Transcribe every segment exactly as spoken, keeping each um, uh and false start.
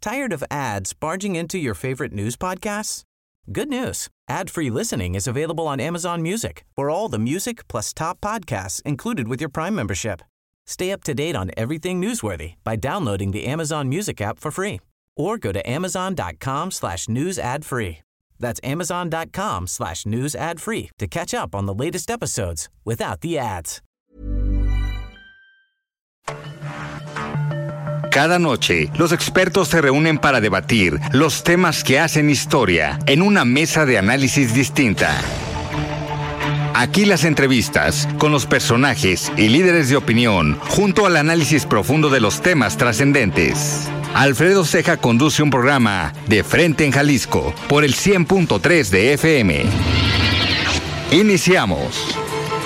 Tired of ads barging into your favorite news podcasts? Good news. Ad-free listening is available on Amazon Music for all the music plus top podcasts included with your Prime membership. Stay up to date on everything newsworthy by downloading the Amazon Music app for free or go to amazon.com slash news ad free. That's amazon.com slash news ad free to catch up on the latest episodes without the ads. Cada noche, los expertos se reúnen para debatir los temas que hacen historia en una mesa de análisis distinta. Aquí las entrevistas con los personajes y líderes de opinión, junto al análisis profundo de los temas trascendentes. Alfredo Ceja conduce un programa De Frente en Jalisco por el cien punto tres de F M. Iniciamos.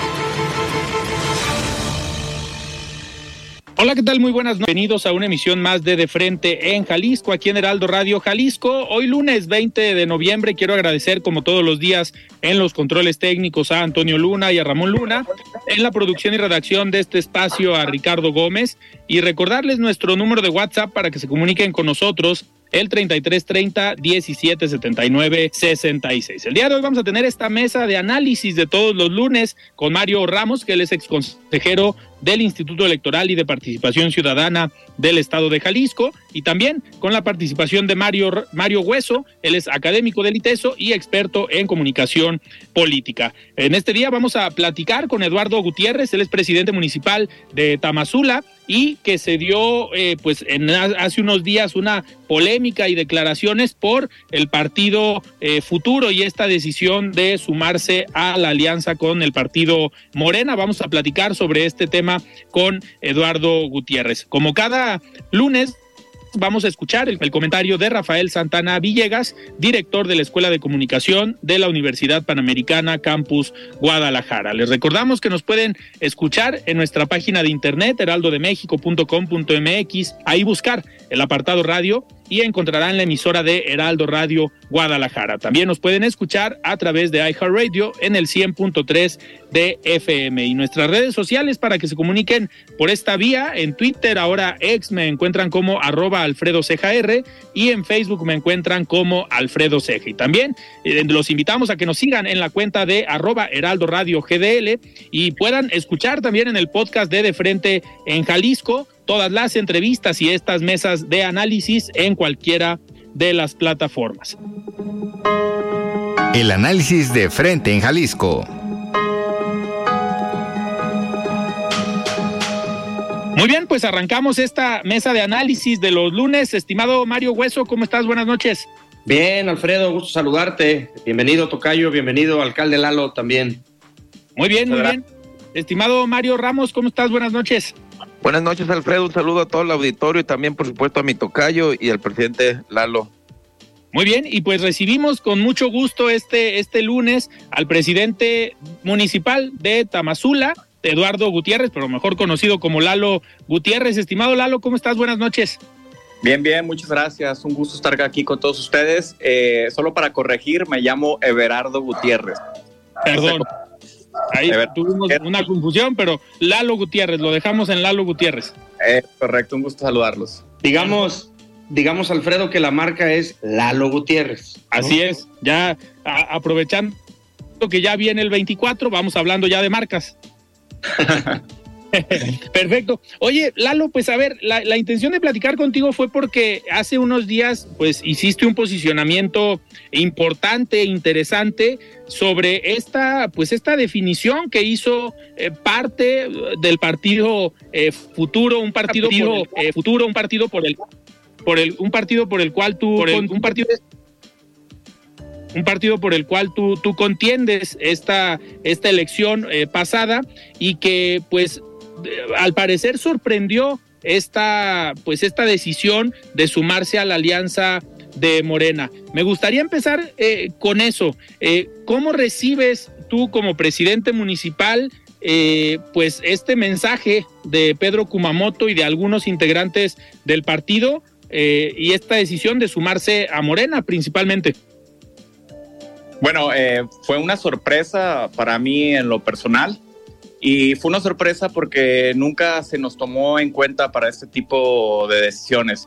Hola, ¿qué tal? Muy buenas noches. Bienvenidos a una emisión más de De Frente en Jalisco, aquí en Heraldo Radio Jalisco. Hoy lunes veinte de noviembre, quiero agradecer como todos los días en los controles técnicos a Antonio Luna y a Ramón Luna, en la producción y redacción de este espacio a Ricardo Gómez, y recordarles nuestro número de WhatsApp para que se comuniquen con nosotros, el treinta y tres treinta, diecisiete setenta y nueve, sesenta y seis. El día de hoy vamos a tener esta mesa de análisis de todos los lunes con Mario Ramos, que él es exconsejero del Instituto Electoral y de Participación Ciudadana del Estado de Jalisco, y también con la participación de Mario, Mario Hueso, él es académico del ITESO y experto en comunicación política. En este día vamos a platicar con Eduardo Gutiérrez, él es presidente municipal de Tamazula, y que se dio eh, pues en hace unos días una polémica y declaraciones por el partido eh, Futuro y esta decisión de sumarse a la alianza con el partido Morena. Vamos a platicar sobre este tema con Eduardo Gutiérrez. Como cada lunes, vamos a escuchar el, el comentario de Rafael Santana Villegas, director de la Escuela de Comunicación de la Universidad Panamericana Campus Guadalajara. Les recordamos que nos pueden escuchar en nuestra página de internet heraldo de méxico punto com punto m x, ahí buscar el apartado radio y encontrarán la emisora de Heraldo Radio Guadalajara. También nos pueden escuchar a través de iHeartRadio en el cien punto tres de F M, y nuestras redes sociales para que se comuniquen por esta vía. En Twitter, ahora ex, me encuentran como arroba Alfredo Ceja R, y en Facebook me encuentran como Alfredo Ceja. Y también eh, los invitamos a que nos sigan en la cuenta de arroba Heraldo Radio G D L y puedan escuchar también en el podcast de De Frente en Jalisco todas las entrevistas y estas mesas de análisis en cualquiera de las plataformas. El análisis de Frente en Jalisco. Muy bien, pues arrancamos esta mesa de análisis de los lunes. Estimado Mario Hueso, ¿cómo estás? Buenas noches. Bien, Alfredo, gusto saludarte. Bienvenido, tocayo, bienvenido, alcalde Lalo, también. Muy bien, muy bien. Estimado Mario Ramos, ¿cómo estás? Buenas noches. Buenas noches, Alfredo, un saludo a todo el auditorio y también, por supuesto, a mi tocayo y al presidente Lalo. Muy bien, y pues recibimos con mucho gusto este, este lunes al presidente municipal de Tamazula, Eduardo Gutiérrez, pero mejor conocido como Lalo Gutiérrez. Estimado Lalo, ¿cómo estás? Buenas noches. Bien, bien, muchas gracias. Un gusto estar aquí con todos ustedes. Eh, solo para corregir, me llamo Everardo Gutiérrez. Perdón. Ahí Ever- tuvimos una confusión, pero Lalo Gutiérrez, lo dejamos en Lalo Gutiérrez. Eh, correcto, un gusto saludarlos. Digamos, digamos, Alfredo, que la marca es Lalo Gutiérrez, ¿no? Así es, ya a, aprovechando que ya viene el veinticuatro, vamos hablando ya de marcas. Perfecto. Oye, Lalo, pues a ver, la, la intención de platicar contigo fue porque hace unos días pues hiciste un posicionamiento importante, interesante sobre esta pues esta definición que hizo eh, parte del partido eh, Futuro, un partido, partido por el, eh, Futuro, un partido por el por el un partido por el cual tú por el, un partido un partido por el cual tú tú contiendes esta esta elección eh, pasada, y que pues al parecer sorprendió esta pues esta decisión de sumarse a la alianza de Morena. Me gustaría empezar eh, con eso. Eh, ¿Cómo recibes tú como presidente municipal eh, pues este mensaje de Pedro Kumamoto y de algunos integrantes del partido eh, y esta decisión de sumarse a Morena principalmente? Bueno, eh, fue una sorpresa para mí en lo personal. Y fue una sorpresa porque nunca se nos tomó en cuenta para este tipo de decisiones.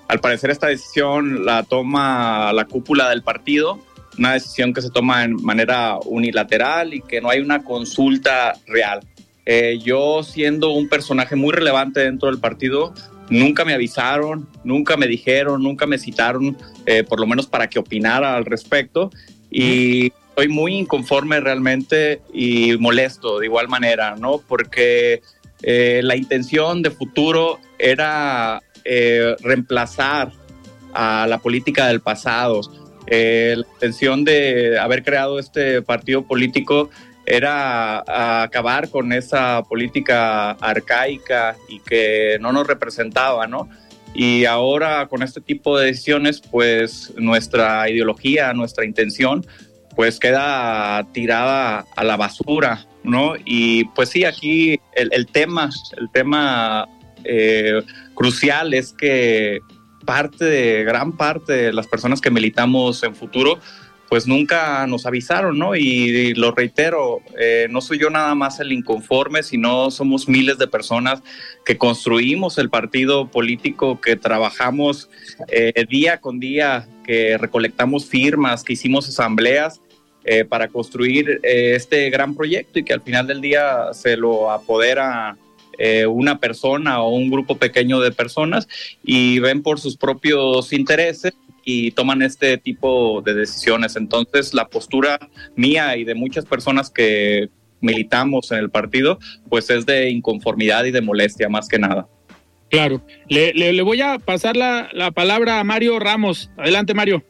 al parecer esta decisión la toma la cúpula del partido, una decisión que se toma de manera unilateral y que no hay una consulta real. Eh, yo, siendo un personaje muy relevante dentro del partido, nunca me avisaron, nunca me dijeron, nunca me citaron, eh, por lo menos para que opinara al respecto, y estoy muy inconforme realmente y molesto de igual manera, ¿no? Porque eh, la intención de futuro era eh, reemplazar a la política del pasado. Eh, la intención de haber creado este partido político era acabar con esa política arcaica y que no nos representaba, ¿no? Y ahora con este tipo de decisiones, pues nuestra ideología, nuestra intención, pues queda tirada a la basura, ¿no? Y pues sí, aquí el, el tema, el tema eh, crucial es que parte de, gran parte de las personas que militamos en Futuro, pues nunca nos avisaron, ¿no? Y, y lo reitero, eh, no soy yo nada más el inconforme, sino somos miles de personas que construimos el partido político, que trabajamos eh, día con día, que recolectamos firmas, que hicimos asambleas eh, para construir eh, este gran proyecto y que al final del día se lo apodera eh, una persona o un grupo pequeño de personas y ven por sus propios intereses y toman este tipo de decisiones. Entonces, la postura mía y de muchas personas que militamos en el partido, pues es de inconformidad y de molestia, más que nada. Claro. Le, le, le voy a pasar la, la palabra a Mario Ramos. Adelante, Mario.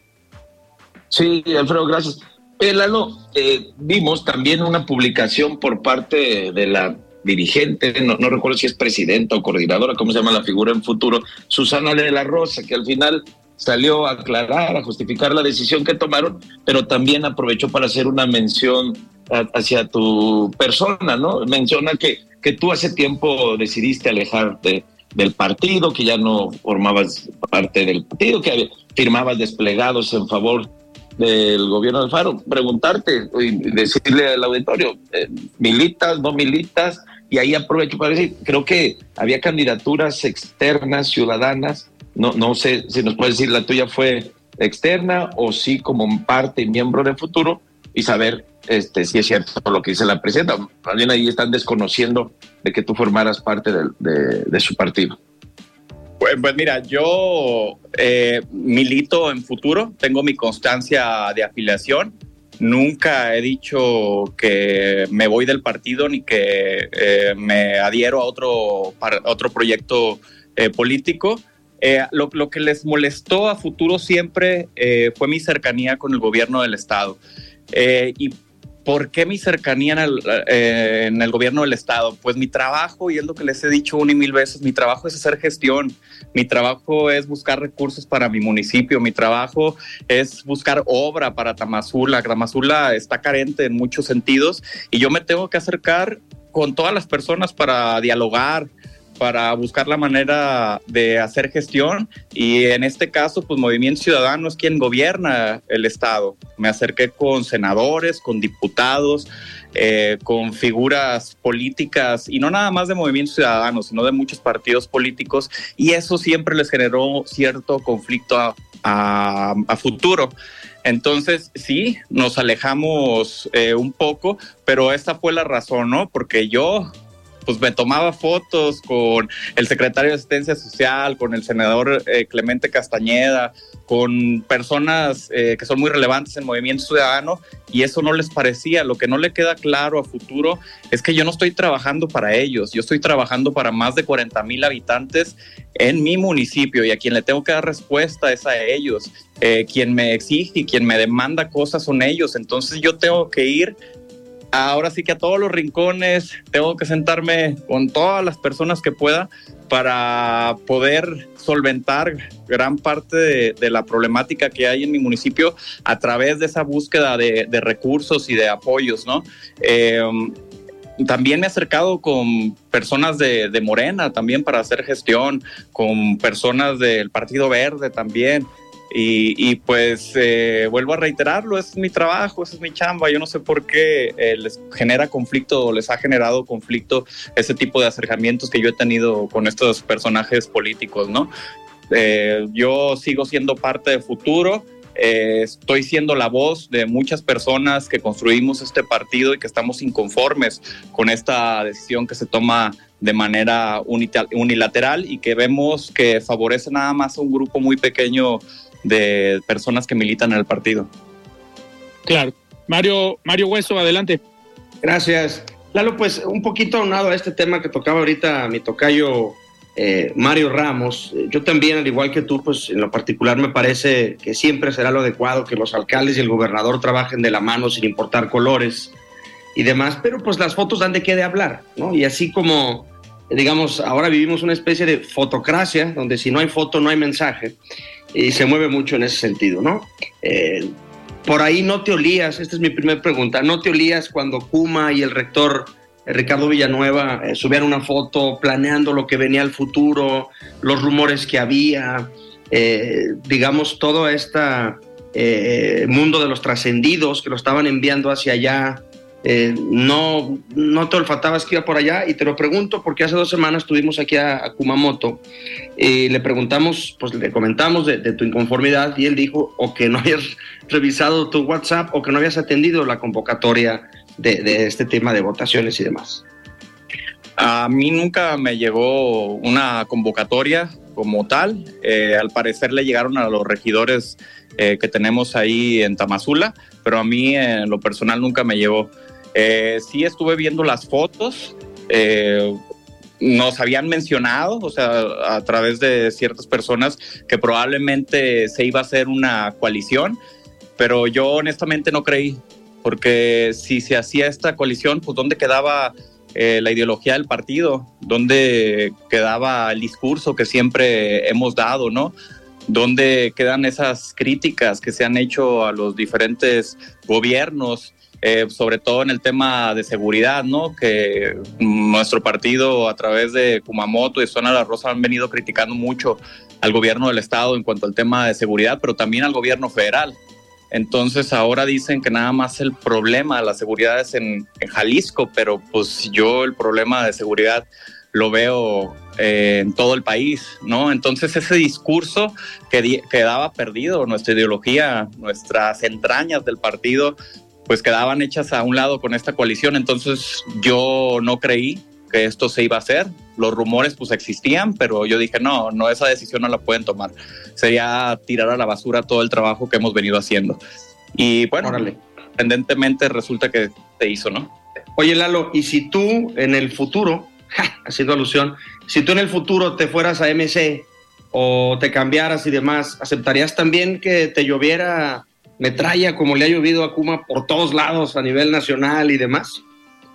Sí, Alfredo, gracias. Eh, Lalo, eh, vimos también una publicación por parte de la dirigente, no, no recuerdo si es presidenta o coordinadora, ¿cómo se llama la figura en Futuro? Susana de la Rosa, que al final salió a aclarar, a justificar la decisión que tomaron, pero también aprovechó para hacer una mención a, hacia tu persona, ¿no? Menciona que, que tú hace tiempo decidiste alejarte del partido, que ya no formabas parte del partido, que firmabas desplegados en favor del gobierno de Alfaro. Preguntarte y decirle al auditorio, eh, ¿militas, no militas? Y ahí aprovecho para decir, creo que había candidaturas externas, ciudadanas. No, no sé si nos puedes decir la tuya fue externa o sí como parte y miembro de Futuro y saber este, si es cierto lo que dice la presidenta. También ahí están desconociendo de que tú formaras parte de, de, de su partido. Pues, pues mira, yo eh, milito en Futuro, tengo mi constancia de afiliación. Nunca he dicho que me voy del partido ni que eh, me adhiero a otro, a otro proyecto eh, político. Eh, lo, lo que les molestó a Futuro siempre eh, fue mi cercanía con el gobierno del Estado. Eh, ¿Y por qué mi cercanía en el, eh, en el gobierno del Estado? Pues mi trabajo, y es lo que les he dicho una y mil veces, mi trabajo es hacer gestión, mi trabajo es buscar recursos para mi municipio, mi trabajo es buscar obra para Tamazula. Tamazula está carente en muchos sentidos y yo me tengo que acercar con todas las personas para dialogar, para buscar la manera de hacer gestión y en este caso pues Movimiento Ciudadano es quien gobierna el Estado. Me acerqué con senadores, con diputados, eh, con figuras políticas y no nada más de Movimiento Ciudadano, sino de muchos partidos políticos y eso siempre les generó cierto conflicto a, a, a Futuro. Entonces, sí, nos alejamos eh, un poco, pero esta fue la razón, ¿no? Porque yo pues me tomaba fotos con el secretario de Asistencia Social, con el senador eh, Clemente Castañeda, con personas eh, que son muy relevantes en Movimiento Ciudadano y eso no les parecía. Lo que no le queda claro a Futuro es que yo no estoy trabajando para ellos, yo estoy trabajando para más de cuarenta mil habitantes en mi municipio y a quien le tengo que dar respuesta es a ellos. Eh, quien me exige y quien me demanda cosas son ellos, entonces yo tengo que ir ahora sí que a todos los rincones, tengo que sentarme con todas las personas que pueda para poder solventar gran parte de, de la problemática que hay en mi municipio a través de esa búsqueda de, de recursos y de apoyos, ¿no? Eh, También me he acercado con personas de, de Morena también para hacer gestión, con personas del Partido Verde también. Y, y pues eh, vuelvo a reiterarlo, es mi trabajo, esa es mi chamba. Yo no sé por qué eh, les genera conflicto o les ha generado conflicto ese tipo de acercamientos que yo he tenido con estos personajes políticos, ¿no? eh, yo sigo siendo parte de Futuro. Eh, estoy siendo la voz de muchas personas que construimos este partido y que estamos inconformes con esta decisión que se toma de manera unilateral y que vemos que favorece nada más a un grupo muy pequeño de personas que militan en el partido. Claro. Mario, Mario Hueso, adelante. Gracias. Lalo, pues un poquito aunado a este tema que tocaba ahorita mi tocayo Eh, Mario Ramos, yo también, al igual que tú, pues en lo particular me parece que siempre será lo adecuado que los alcaldes y el gobernador trabajen de la mano sin importar colores y demás, pero pues las fotos dan de qué de hablar, ¿no? Y así como, digamos, ahora vivimos una especie de fotocracia, donde si no hay foto no hay mensaje, y se mueve mucho en ese sentido, ¿no? Eh, por ahí no te olías, esta es mi primera pregunta, ¿no te olías cuando Kuma y el rector Ricardo Villanueva eh, subían una foto planeando lo que venía al futuro, los rumores que había, eh, digamos, todo este eh, mundo de los trascendidos que lo estaban enviando hacia allá? Eh, no, no te olfatabas que iba por allá? Y te lo pregunto porque hace dos semanas estuvimos aquí a, a Kumamoto y le preguntamos, pues le comentamos de, de tu inconformidad y él dijo o que no habías revisado tu WhatsApp o que no habías atendido la convocatoria De, de este tema de votaciones y demás. A mí nunca me llegó una convocatoria como tal. Eh, al parecer le llegaron a los regidores eh, que tenemos ahí en Tamazula, pero a mí en lo personal nunca me llegó. Eh, sí estuve viendo las fotos, eh, nos habían mencionado, o sea, a través de ciertas personas que probablemente se iba a hacer una coalición, pero yo honestamente no creí. Porque si se hacía esta coalición, pues ¿dónde quedaba eh, la ideología del partido? ¿Dónde quedaba el discurso que siempre hemos dado, no? ¿Dónde quedan esas críticas que se han hecho a los diferentes gobiernos, eh, sobre todo en el tema de seguridad, ¿no? Que nuestro partido a través de Kumamoto y Zona La Rosa han venido criticando mucho al gobierno del estado en cuanto al tema de seguridad, pero también al gobierno federal. Entonces ahora dicen que nada más el problema de la seguridad es en, en Jalisco, pero pues yo el problema de seguridad lo veo eh, en todo el país, ¿no? Entonces ese discurso que quedaba perdido, nuestra ideología, nuestras entrañas del partido, pues quedaban hechas a un lado con esta coalición. Entonces yo no creí que esto se iba a hacer. Los rumores pues existían, pero yo dije no, no, esa decisión no la pueden tomar. Sería tirar a la basura todo el trabajo que hemos venido haciendo. Y bueno, Órale. Sorprendentemente resulta que se hizo, ¿no? Oye, Lalo, y si tú en el futuro, ja, haciendo alusión, si tú en el futuro te fueras a M C o te cambiaras y demás, ¿aceptarías también que te lloviera metralla como le ha llovido a Kuma por todos lados a nivel nacional y demás?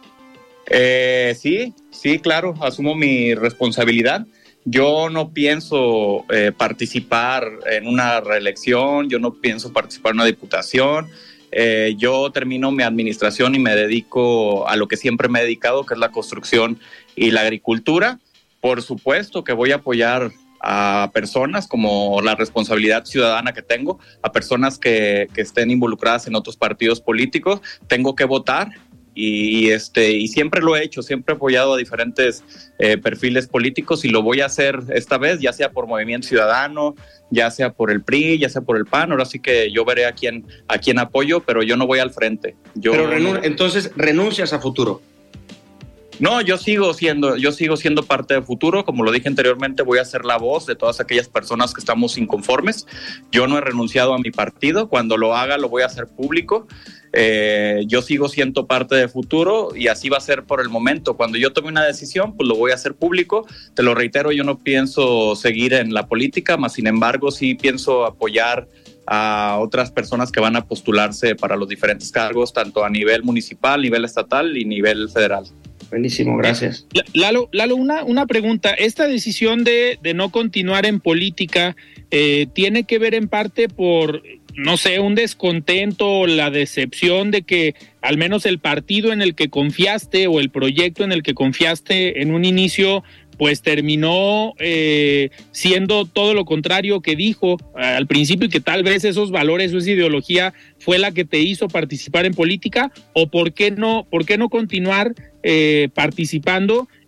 Eh, sí, sí, claro, asumo mi responsabilidad. Yo no pienso eh, participar en una reelección, yo no pienso participar en una diputación. Eh, yo termino mi administración y me dedico a lo que siempre me he dedicado, que es la construcción y la agricultura. Por supuesto que voy a apoyar a personas como la responsabilidad ciudadana que tengo, a personas que, que estén involucradas en otros partidos políticos. Tengo que votar. Y, este, y siempre lo he hecho, siempre he apoyado a diferentes eh, perfiles políticos y lo voy a hacer esta vez, ya sea por Movimiento Ciudadano, ya sea por el P R I, ya sea por el P A N. Ahora sí que yo veré a quién, a quién apoyo, pero yo no voy al frente. Yo pero renun- no... entonces renuncias a Futuro. No, yo sigo siendo, yo sigo siendo parte de Futuro. Como lo dije anteriormente, voy a ser la voz de todas aquellas personas que estamos inconformes. Yo no he renunciado a mi partido. Cuando lo haga, lo voy a hacer público. Eh, yo sigo siendo parte de Futuro y así va a ser por el momento. Cuando yo tome una decisión, pues lo voy a hacer público. Te lo reitero, yo no pienso seguir en la política, más sin embargo, sí pienso apoyar a otras personas que van a postularse para los diferentes cargos, tanto a nivel municipal, nivel estatal y nivel federal. Buenísimo, gracias. Lalo, Lalo una, una pregunta. ¿Esta decisión de, de no continuar en política eh, tiene que ver en parte por, no sé, un descontento, la decepción de que al menos el partido en el que confiaste o el proyecto en el que confiaste en un inicio pues terminó eh, siendo todo lo contrario que dijo eh, al principio, y que tal vez esos valores o esa ideología fue la que te hizo participar en política? ¿O por qué no, por qué no continuar eh, participando y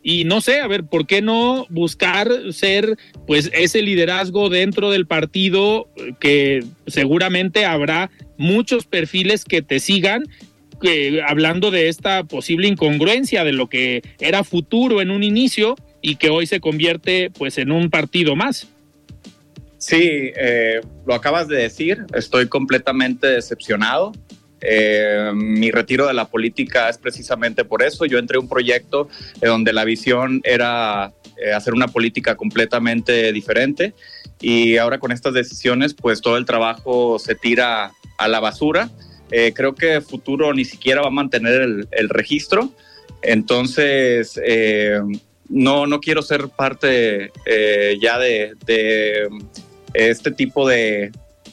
y no sé, a ver, ¿por qué no buscar ser pues ese liderazgo dentro del partido, que seguramente habrá muchos perfiles que te sigan, que, hablando de esta posible incongruencia de lo que era Futuro en un inicio y que hoy se convierte pues en un partido más? Sí, eh, lo acabas de decir, estoy completamente decepcionado. Eh, mi retiro de la política es precisamente por eso. Yo entré a un proyecto eh, donde la visión era eh, hacer una política completamente diferente, y ahora con estas decisiones pues todo el trabajo se tira a la basura. Eh, creo que Futuro ni siquiera va a mantener el, el registro, entonces eh, no, no quiero ser parte eh, ya de, de este tipo de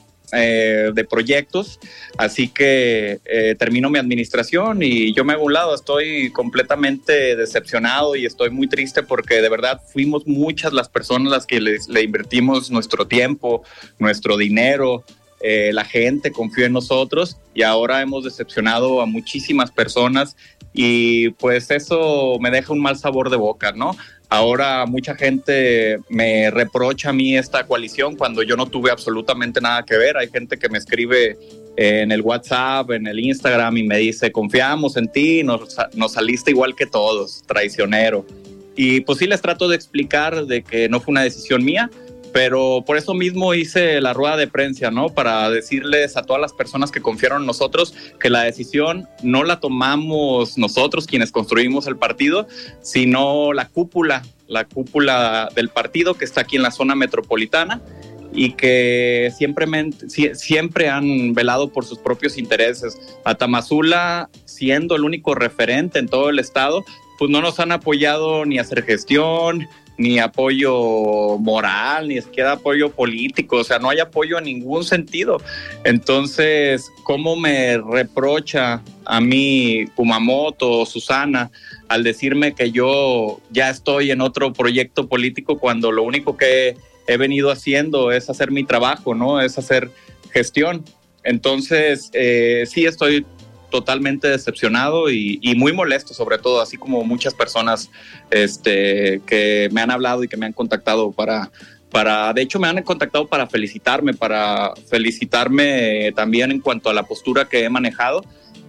Eh, de proyectos, así que eh, termino mi administración y yo me hago a un lado. Estoy completamente decepcionado y estoy muy triste porque de verdad fuimos muchas las personas las que les, le invertimos nuestro tiempo, nuestro dinero, eh, la gente confió en nosotros y ahora hemos decepcionado a muchísimas personas y pues eso me deja un mal sabor de boca, ¿no? Ahora mucha gente me reprocha a mí esta coalición cuando yo no tuve absolutamente nada que ver. Hay gente que me escribe en el WhatsApp, en el Instagram y me dice, confiamos en ti, nos, nos saliste igual que todos, traicionero. Y pues sí les trato de explicar de que no fue una decisión mía, pero por eso mismo hice la rueda de prensa, ¿no? Para decirles a todas las personas que confiaron en nosotros que la decisión no la tomamos nosotros, quienes construimos el partido, sino la cúpula, la cúpula del partido que está aquí en la zona metropolitana y que siempre, siempre han velado por sus propios intereses. A Tamazula, siendo el único referente en todo el estado, pues no nos han apoyado ni a hacer gestión, ni apoyo moral, ni siquiera apoyo político, o sea, no hay apoyo en ningún sentido. Entonces, ¿cómo me reprocha a mí Kumamoto o Susana al decirme que yo ya estoy en otro proyecto político cuando lo único que he venido haciendo es hacer mi trabajo, ¿no? Es hacer gestión. Entonces, eh, sí estoy totalmente decepcionado y, y muy molesto, sobre todo, así como muchas personas este, que me han hablado y que me han contactado para, para, de hecho me han contactado para felicitarme, para felicitarme también en cuanto a la postura que he manejado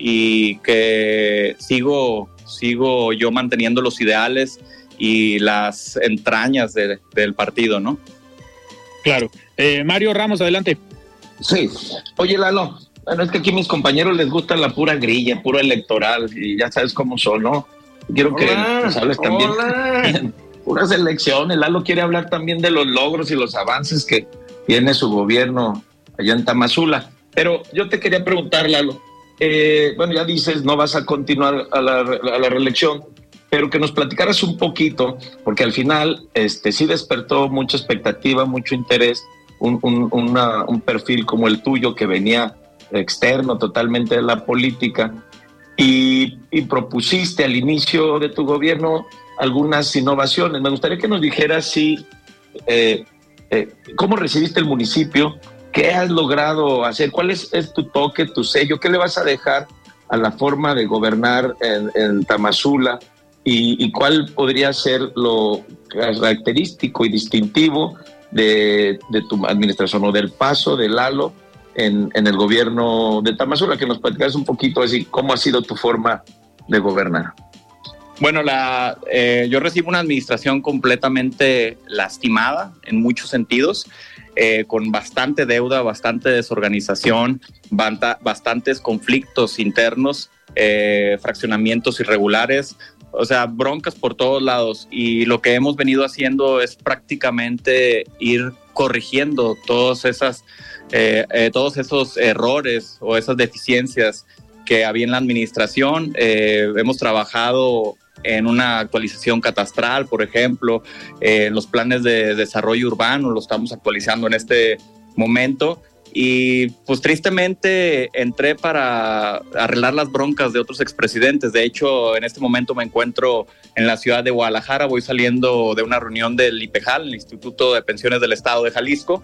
y que sigo, sigo yo manteniendo los ideales y las entrañas de, del partido, ¿no? Claro. Eh, Mario Ramos, adelante. Sí. Oye, Lalo, bueno, es que aquí a mis compañeros les gusta la pura grilla, puro electoral, y ya sabes cómo son, ¿no? Quiero que Hola, nos hables también. hola. Puras elecciones. Lalo quiere hablar también de los logros y los avances que tiene su gobierno allá en Tamazula. Pero yo te quería preguntar, Lalo, eh, bueno, ya dices, no vas a continuar a la, a la reelección, pero que nos platicaras un poquito, porque al final este, sí despertó mucha expectativa, mucho interés, un, un, una, un perfil como el tuyo que venía externo totalmente de la política y, y propusiste al inicio de tu gobierno algunas innovaciones. Me gustaría que nos dijeras si, eh, eh, cómo recibiste el municipio, qué has logrado hacer, cuál es, es tu toque, tu sello, qué le vas a dejar a la forma de gobernar en, en Tamazula y, y cuál podría ser lo característico y distintivo de, de tu administración o del paso de Lalo En, en el gobierno de Tamazula, que nos platicas un poquito así cómo ha sido tu forma de gobernar. Bueno, la, eh, yo recibo una administración completamente lastimada en muchos sentidos, eh, con bastante deuda, bastante desorganización, banta, bastantes conflictos internos, eh, fraccionamientos irregulares, o sea, broncas por todos lados. Y lo que hemos venido haciendo es prácticamente ir corrigiendo todas esas Eh, eh, todos esos errores o esas deficiencias que había en la administración. Eh, hemos trabajado en una actualización catastral, por ejemplo, eh, en los planes de desarrollo urbano, lo estamos actualizando en este momento. Y pues tristemente entré para arreglar las broncas de otros expresidentes. De hecho, en este momento me encuentro en la ciudad de Guadalajara, voy saliendo de una reunión del IPEJAL, el Instituto de Pensiones del Estado de Jalisco,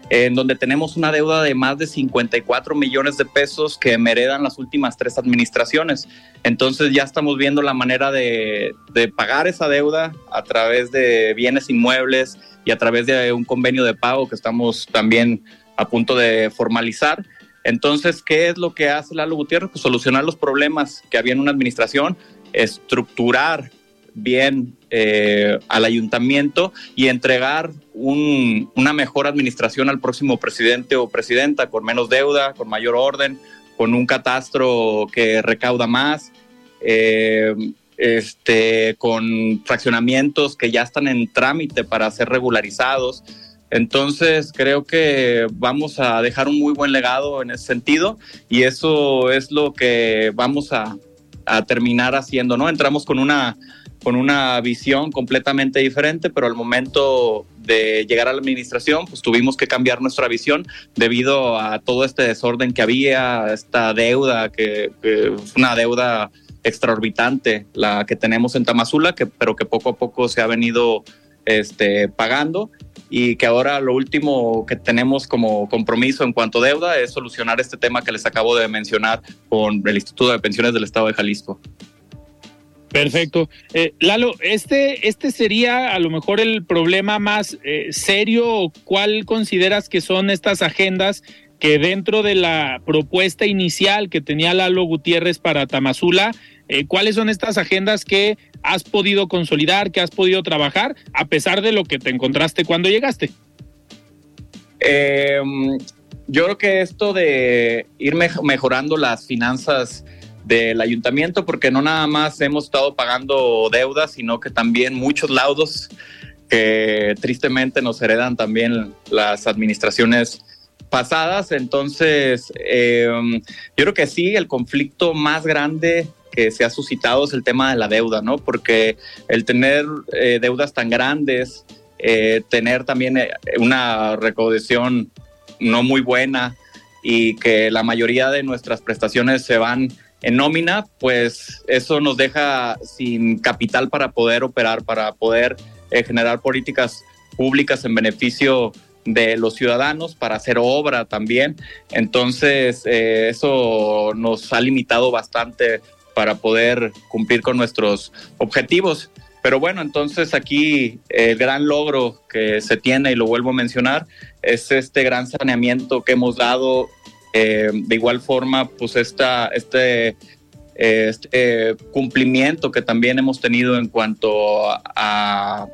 en donde tenemos una deuda de más de cincuenta y cuatro millones de pesos que me heredan las últimas tres administraciones. Entonces ya estamos viendo la manera de, de pagar esa deuda a través de bienes inmuebles y a través de un convenio de pago que estamos también a punto de formalizar. Entonces, ¿qué es lo que hace Lalo Gutiérrez? Pues solucionar los problemas que había en una administración, estructurar bien eh, al ayuntamiento y entregar un, una mejor administración al próximo presidente o presidenta, con menos deuda, con mayor orden, con un catastro que recauda más, eh, este, con fraccionamientos que ya están en trámite para ser regularizados. Entonces creo que vamos a dejar un muy buen legado en ese sentido y eso es lo que vamos a, a terminar haciendo, ¿no? Entramos con una, con una visión completamente diferente, pero al momento de llegar a la administración, pues tuvimos que cambiar nuestra visión debido a todo este desorden que había, esta deuda, que, que es una deuda extraorbitante la que tenemos en Tamazula, que, pero que poco a poco se ha venido este, pagando. Y que ahora lo último que tenemos como compromiso en cuanto a deuda es solucionar este tema que les acabo de mencionar con el Instituto de Pensiones del Estado de Jalisco. Perfecto. Eh, Lalo, este, este sería a lo mejor el problema más eh, serio. ¿Cuál consideras que son estas agendas que dentro de la propuesta inicial que tenía Lalo Gutiérrez para Tamazula, eh, cuáles son estas agendas que has podido consolidar, que has podido trabajar, a pesar de lo que te encontraste cuando llegaste? Eh, yo creo que esto de ir me- mejorando las finanzas del ayuntamiento, porque no nada más hemos estado pagando deudas, sino que también muchos laudos que tristemente nos heredan también las administraciones pasadas. Entonces, eh, yo creo que sí, el conflicto más grande que se ha suscitado es el tema de la deuda, ¿no? Porque el tener eh, deudas tan grandes, eh, tener también eh, una recaudación no muy buena y que la mayoría de nuestras prestaciones se van en nómina, pues eso nos deja sin capital para poder operar, para poder eh, generar políticas públicas en beneficio de los ciudadanos, para hacer obra también. Entonces, eh, eso nos ha limitado bastante para poder cumplir con nuestros objetivos. Pero bueno, entonces aquí el gran logro que se tiene, y lo vuelvo a mencionar, es este gran saneamiento que hemos dado. Eh, de igual forma, pues esta, este, este cumplimiento que también hemos tenido en cuanto a, a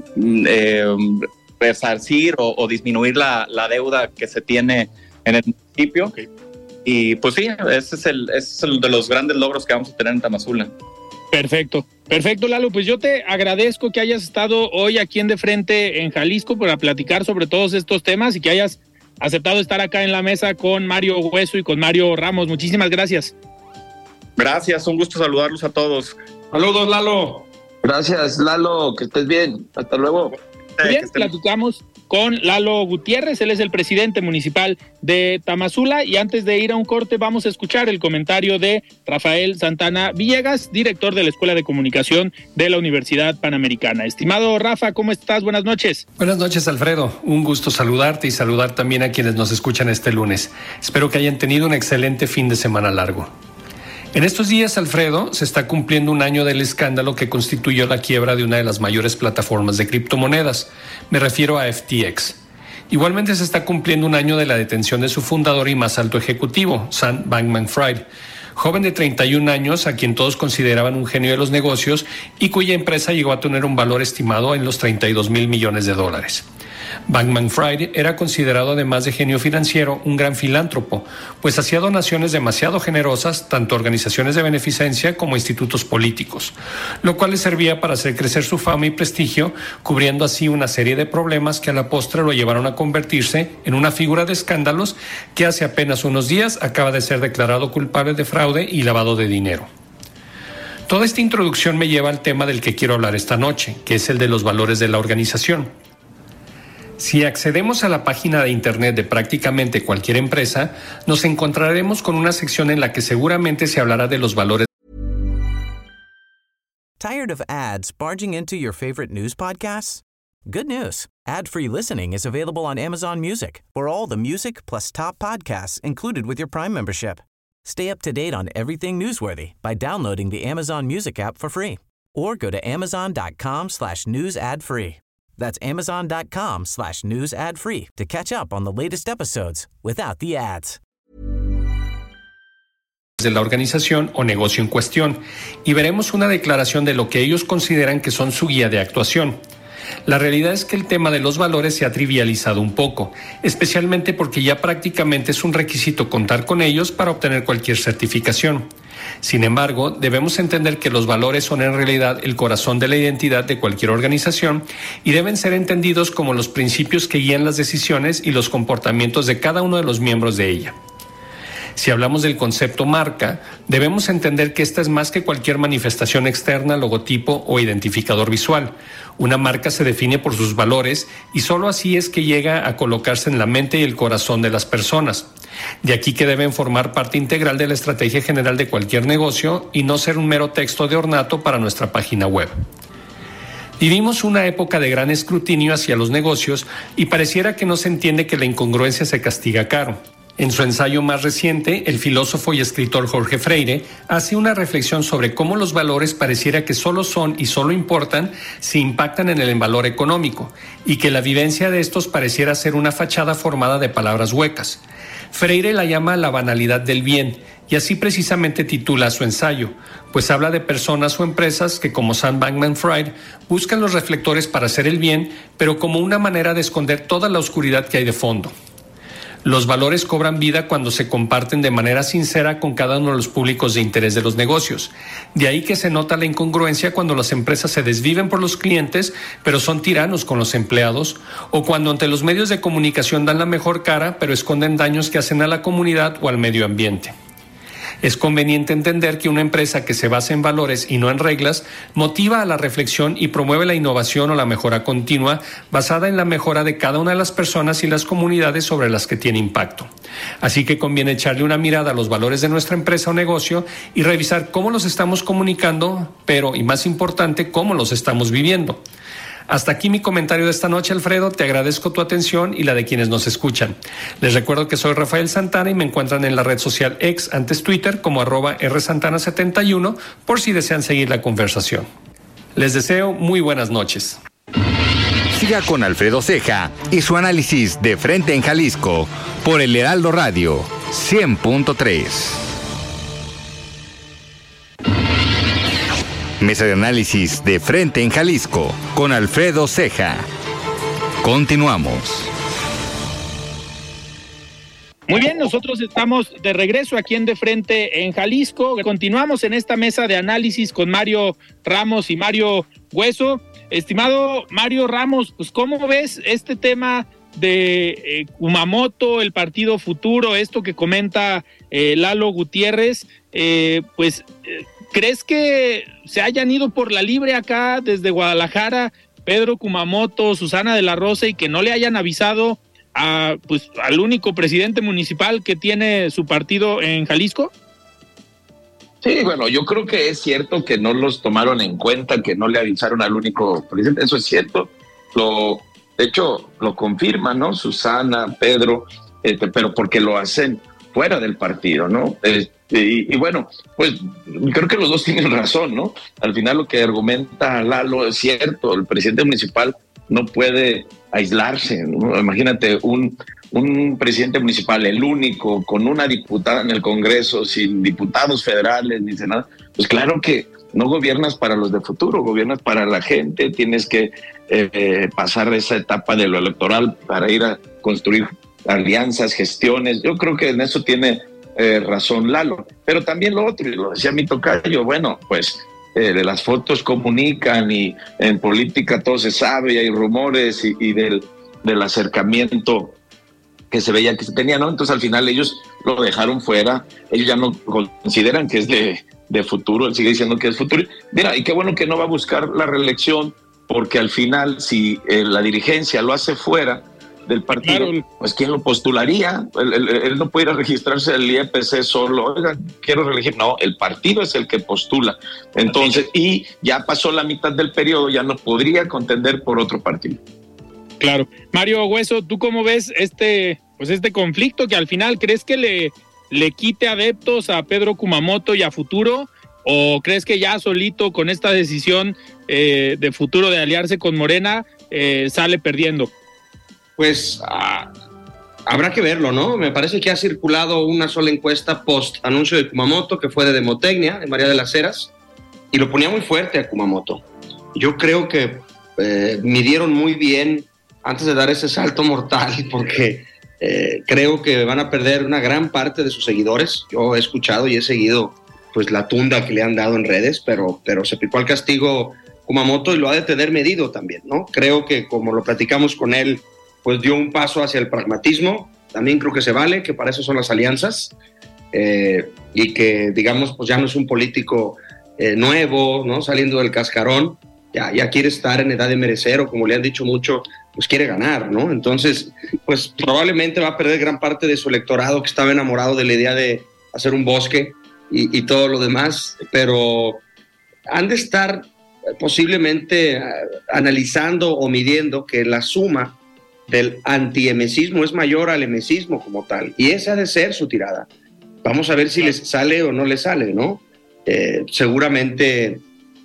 eh, resarcir o, o disminuir la, la deuda que se tiene en el municipio. Okay. Y pues sí, ese es, el, ese es el de los grandes logros que vamos a tener en Tamazula. Perfecto, perfecto, Lalo. Pues yo te agradezco que hayas estado hoy aquí en De Frente en Jalisco para platicar sobre todos estos temas y que hayas aceptado estar acá en la mesa con Mario Hueso y con Mario Ramos. Muchísimas gracias. Gracias, un gusto saludarlos a todos. Saludos, Lalo. Gracias, Lalo, que estés bien. Hasta luego. Bien, platicamos con Lalo Gutiérrez, él es el presidente municipal de Tamazula, y antes de ir a un corte vamos a escuchar el comentario de Rafael Santana Villegas, director de la Escuela de Comunicación de la Universidad Panamericana. Estimado Rafa, ¿cómo estás? Buenas noches. Buenas noches, Alfredo. Un gusto saludarte y saludar también a quienes nos escuchan este lunes. Espero que hayan tenido un excelente fin de semana largo. En estos días, Alfredo, se está cumpliendo un año del escándalo que constituyó la quiebra de una de las mayores plataformas de criptomonedas. Me refiero a F T X. Igualmente se está cumpliendo un año de la detención de su fundador y más alto ejecutivo, Sam Bankman-Fried, joven de treinta y un años a quien todos consideraban un genio de los negocios y cuya empresa llegó a tener un valor estimado en los treinta y dos mil millones de dólares. Bankman-Fried era considerado, además de genio financiero, un gran filántropo, pues hacía donaciones demasiado generosas tanto a organizaciones de beneficencia como a institutos políticos, lo cual le servía para hacer crecer su fama y prestigio, cubriendo así una serie de problemas que a la postre lo llevaron a convertirse en una figura de escándalos que hace apenas unos días acaba de ser declarado culpable de fraude y lavado de dinero. Toda esta introducción me lleva al tema del que quiero hablar esta noche, que es el de los valores de la organización. Si accedemos a la página de internet de prácticamente cualquier empresa, nos encontraremos con una sección en la que seguramente se hablará de los valores. Tired of ads barging into your favorite news podcasts? Good news. Ad-free listening is available on Amazon Music for all the music plus top podcasts included with your Prime membership. Stay up to date on everything newsworthy by downloading the Amazon Music app for free or go to amazon.com slash news ad free. That's amazon.com slash news ad free to catch up on the latest episodes without the ads. De la organización o negocio en cuestión y veremos una declaración de lo que ellos consideran que son su guía de actuación. La realidad es que el tema de los valores se ha trivializado un poco, especialmente porque ya prácticamente es un requisito contar con ellos para obtener cualquier certificación. Sin embargo, debemos entender que los valores son en realidad el corazón de la identidad de cualquier organización y deben ser entendidos como los principios que guían las decisiones y los comportamientos de cada uno de los miembros de ella. Si hablamos del concepto marca, debemos entender que esta es más que cualquier manifestación externa, logotipo o identificador visual. Una marca se define por sus valores y solo así es que llega a colocarse en la mente y el corazón de las personas. De aquí que deben formar parte integral de la estrategia general de cualquier negocio y no ser un mero texto de ornato para nuestra página web. Vivimos una época de gran escrutinio hacia los negocios y pareciera que no se entiende que la incongruencia se castiga caro. En su ensayo más reciente, el filósofo y escritor Jorge Freire hace una reflexión sobre cómo los valores pareciera que solo son y solo importan si impactan en el valor económico, y que la vivencia de estos pareciera ser una fachada formada de palabras huecas. Freire la llama la banalidad del bien, y así precisamente titula su ensayo, pues habla de personas o empresas que, como Sam Bankman-Fried, buscan los reflectores para hacer el bien, pero como una manera de esconder toda la oscuridad que hay de fondo. Los valores cobran vida cuando se comparten de manera sincera con cada uno de los públicos de interés de los negocios. De ahí que se nota la incongruencia cuando las empresas se desviven por los clientes, pero son tiranos con los empleados, o cuando ante los medios de comunicación dan la mejor cara, pero esconden daños que hacen a la comunidad o al medio ambiente. Es conveniente entender que una empresa que se basa en valores y no en reglas motiva a la reflexión y promueve la innovación o la mejora continua basada en la mejora de cada una de las personas y las comunidades sobre las que tiene impacto. Así que conviene echarle una mirada a los valores de nuestra empresa o negocio y revisar cómo los estamos comunicando, pero, y más importante, cómo los estamos viviendo. Hasta aquí mi comentario de esta noche, Alfredo. Te agradezco tu atención y la de quienes nos escuchan. Les recuerdo que soy Rafael Santana y me encuentran en la red social X, antes Twitter, como arroba R Santana setenta y uno, por si desean seguir la conversación. Les deseo muy buenas noches. Siga con Alfredo Ceja y su análisis de Frente en Jalisco por el Heraldo Radio cien punto tres. Mesa de análisis de Frente en Jalisco con Alfredo Ceja. Continuamos. Muy bien, nosotros estamos de regreso aquí en De Frente en Jalisco. Continuamos en esta mesa de análisis con Mario Ramos y Mario Hueso. Estimado Mario Ramos, pues ¿cómo ves este tema de eh, Kumamoto, el Partido Futuro, esto que comenta eh, Lalo Gutiérrez? Eh, pues... Eh, ¿Crees que se hayan ido por la libre acá desde Guadalajara, Pedro Kumamoto, Susana de la Rosa, y que no le hayan avisado a, pues, al único presidente municipal que tiene su partido en Jalisco? Sí, bueno, yo creo que es cierto que no los tomaron en cuenta, que no le avisaron al único presidente, eso es cierto. Lo, de hecho, lo confirman, ¿no? Susana, Pedro, este, pero porque lo hacen fuera del partido, ¿no? Este, Y, y bueno, pues creo que los dos tienen razón, ¿no? Al final lo que argumenta Lalo es cierto, el presidente municipal no puede aislarse, ¿no? Imagínate un, un presidente municipal, el único, con una diputada en el Congreso, sin diputados federales, ni nada, pues claro que no gobiernas para los de futuro, gobiernas para la gente, tienes que eh, pasar esa etapa de lo electoral para ir a construir alianzas, gestiones. Yo creo que en eso tiene Eh, razón Lalo, pero también lo otro, y lo decía mi tocayo, bueno, pues eh, de las fotos comunican y en política todo se sabe y hay rumores y, y del, del acercamiento que se veía que se tenía, ¿no? Entonces al final ellos lo dejaron fuera, ellos ya no consideran que es de, de futuro, él sigue diciendo que es futuro. Mira, y qué bueno que no va a buscar la reelección, porque al final si eh, la dirigencia lo hace fuera, del partido, claro, pues ¿quién lo postularía? Él, él, él no puede ir a registrarse al I E P C solo, oiga, quiero reelegir, no, el partido es el que postula, entonces, y ya pasó la mitad del periodo, ya no podría contender por otro partido. Claro. Mario Hueso, ¿tú cómo ves este, pues este conflicto que al final crees que le, le quite adeptos a Pedro Kumamoto y a Futuro? ¿O crees que ya solito con esta decisión eh, de Futuro de aliarse con Morena eh, sale perdiendo? Pues ah, habrá que verlo, ¿no? Me parece que ha circulado una sola encuesta post anuncio de Kumamoto, que fue de Demotecnia, de María de las Heras, y lo ponía muy fuerte a Kumamoto. Yo creo que eh, midieron muy bien antes de dar ese salto mortal, porque eh, creo que van a perder una gran parte de sus seguidores. Yo he escuchado y he seguido pues la tunda que le han dado en redes, pero, pero se picó al castigo Kumamoto y lo ha de tener medido también, ¿no? Creo que como lo platicamos con él, pues dio un paso hacia el pragmatismo, también creo que se vale, que para eso son las alianzas, eh, y que digamos pues ya no es un político eh, nuevo, ¿no? Saliendo del cascarón, ya, ya quiere estar en edad de merecer, o como le han dicho mucho, pues quiere ganar, ¿no? Entonces, pues probablemente va a perder gran parte de su electorado que estaba enamorado de la idea de hacer un bosque y, y todo lo demás, pero han de estar posiblemente uh, analizando o midiendo que la suma del anti-emesismo es mayor al emesismo como tal, y esa ha de ser su tirada. Vamos a ver si les sale o no les sale, ¿no? Eh, seguramente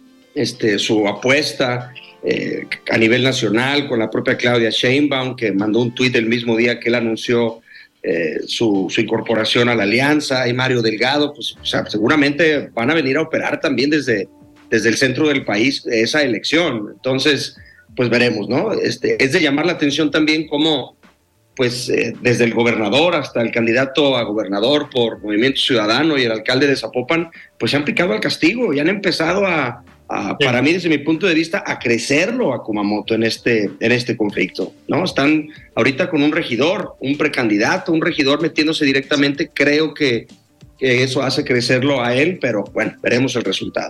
este, su apuesta eh, a nivel nacional con la propia Claudia Sheinbaum, que mandó un tuit el mismo día que él anunció Eh, su, su incorporación a la alianza, y Mario Delgado, pues o sea, seguramente van a venir a operar también desde, desde el centro del país esa elección. Entonces, pues veremos, ¿no? Este, es de llamar la atención también cómo, pues eh, desde el gobernador hasta el candidato a gobernador por Movimiento Ciudadano y el alcalde de Zapopan, pues se han picado al castigo y han empezado a, a, para mí, desde mi punto de vista, a crecerlo a Kumamoto en este, en este conflicto, ¿no? Están ahorita con un regidor, un precandidato, un regidor metiéndose directamente. Creo que, que eso hace crecerlo a él, pero bueno, veremos el resultado.